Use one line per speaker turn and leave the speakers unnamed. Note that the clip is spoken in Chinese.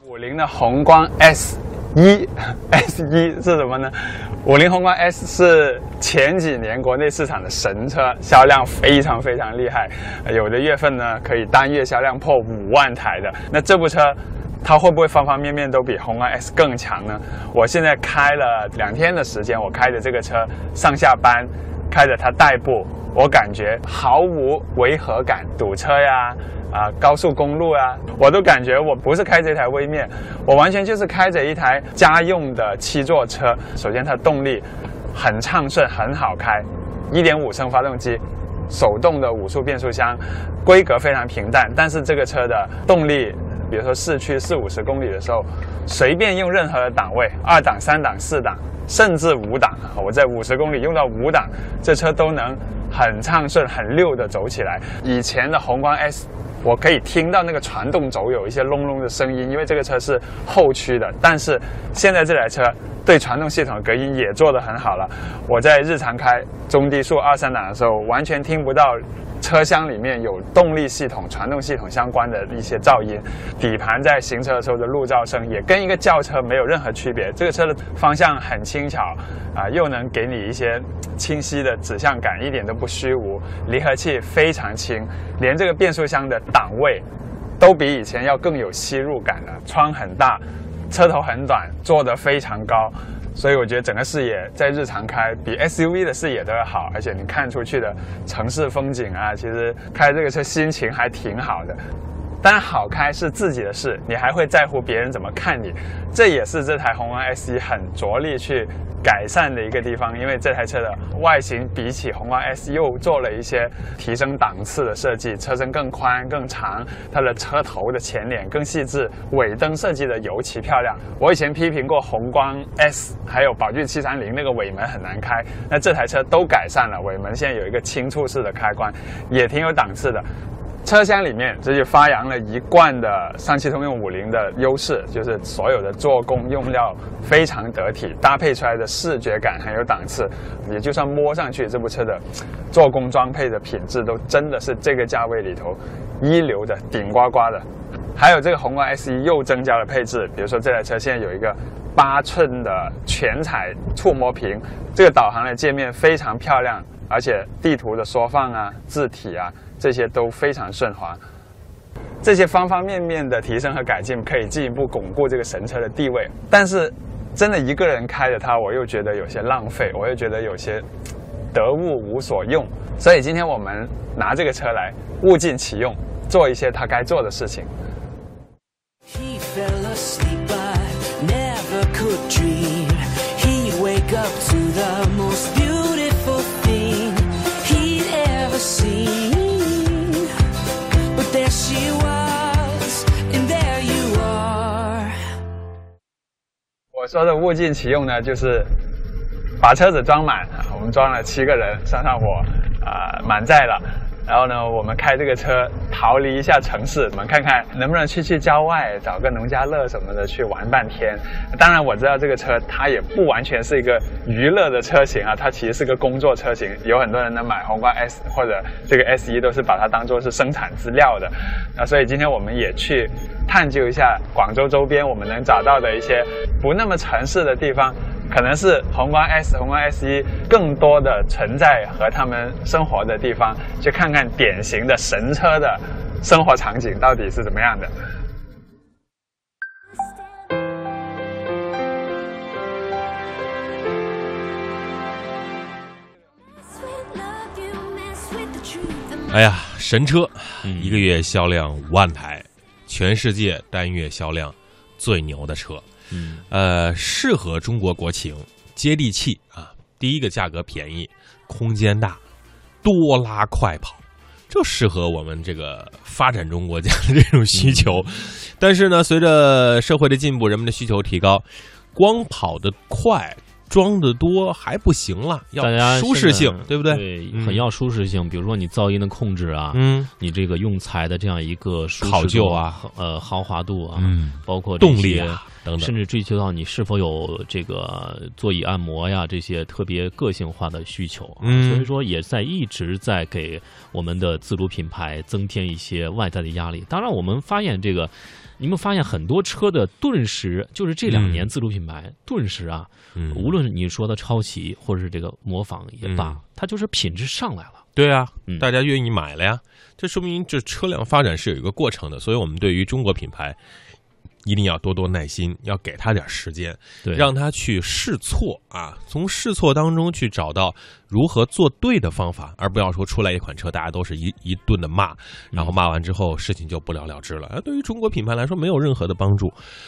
50的宏光 S1 是什么呢？50宏光 S 是前几年国内市场的神车，销量非常非常厉害，有的月份呢可以单月销量破5万台的。那这部车它会不会方方面面都比宏光 S 更强呢？我现在开了2天的时间，我开着这个车上下班，开着它代步，我感觉毫无违和感，堵车呀高速公路啊，我都感觉我不是开这台微面，我完全就是开着一台家用的7座车。首先它动力很畅顺，很好开， 1.5 升发动机，手动的5速变速箱，规格非常平淡，但是这个车的动力，比如说市区40-50公里的时候，随便用任何的档位，2档、3档、4档，甚至5档，我在50公里用到5档，这车都能很畅顺、很溜的走起来。以前的宏光 S， 我可以听到那个传动轴有一些隆隆的声音，因为这个车是后驱的。但是现在这台车对传动系统的隔音也做得很好了。我在日常开中低速2、3档的时候，完全听不到车厢里面有动力系统、传动系统相关的一些噪音。底盘在行车的时候的路噪声也跟一个轿车没有任何区别。这个车的方向很轻巧又能给你一些清晰的指向感，一点都不虚无。离合器非常轻，连这个变速箱的档位都比以前要更有吸入感了。窗很大，车头很短，坐得非常高，所以我觉得整个视野在日常开比 SUV 的视野都要好，而且你看出去的城市风景其实开这个车心情还挺好的。当然好开是自己的事，你还会在乎别人怎么看你，这也是这台宏光 S1 很着力去改善的一个地方。因为这台车的外形比起宏光 S 又做了一些提升档次的设计，车身更宽更长，它的车头的前脸更细致，尾灯设计的尤其漂亮。我以前批评过宏光 S 还有宝骏730那个尾门很难开，那这台车都改善了，尾门现在有一个轻触式的开关，也挺有档次的。车厢里面这就发扬了一贯的上汽通用50的优势，就是所有的做工用料非常得体，搭配出来的视觉感很有档次，也就算摸上去这部车的做工装配的品质都真的是这个价位里头一流的，顶呱呱的。还有这个宏光 S1 又增加了配置，比如说这台车现在有一个8寸的全彩触摸屏，这个导航的界面非常漂亮，而且地图的缩放字体这些都非常顺滑。这些方方面面的提升和改进可以进一步巩固这个神车的地位，但是真的一个人开着它，我又觉得有些浪费，我又觉得有些得物无所用。所以今天我们拿这个车来物尽其用，做一些它该做的事情。He fell asleep, but never could dream. He'd wake up to the most beautiful thing he'd ever seen. But there she was, and there you are. 我说的物尽其用呢，就是把车子装满，我们装了7个人，上火满载了。然后呢，我们开这个车逃离一下城市，我们看看能不能去郊外找个农家乐什么的去玩半天。当然我知道这个车它也不完全是一个娱乐的车型它其实是个工作车型，有很多人能买宏光 S 或者这个 S1 都是把它当作是生产资料的。所以今天我们也去探究一下广州周边我们能找到的一些不那么城市的地方，可能是宏光 S、宏光 S1 更多的存在和他们生活的地方，去看看典型的神车的生活场景到底是怎么样的。
哎呀，神车，一个月销量5万台，全世界单月销量最牛的车。适合中国国情，接地气第一个价格便宜，空间大，多拉快跑，就适合我们这个发展中国家的这种需求。但是呢，随着社会的进步，人们的需求提高，光跑得快装得多还不行了，要舒适性，对不对？
对，很要舒适性。比如说你噪音的控制你这个用材的这样一个
考究
豪华度包括
动力等等，
甚至追求到你是否有这个座椅按摩这些特别个性化的需求所以说也一直在给我们的自主品牌增添一些外在的压力。当然我们发现这个你们发现很多车的顿时就是这2年自主品牌顿时啊，无论你说的抄袭或者是这个模仿也罢，它就是品质上来了。
对啊，大家愿意买了呀，这说明这车辆发展是有一个过程的，所以我们对于中国品牌一定要多多耐心，要给他点时间，让他去试错啊，从试错当中去找到如何做对的方法，而不要说出来一款车大家都是一顿的骂，然后骂完之后事情就不了了之了。对于中国品牌来说没有任何的帮助。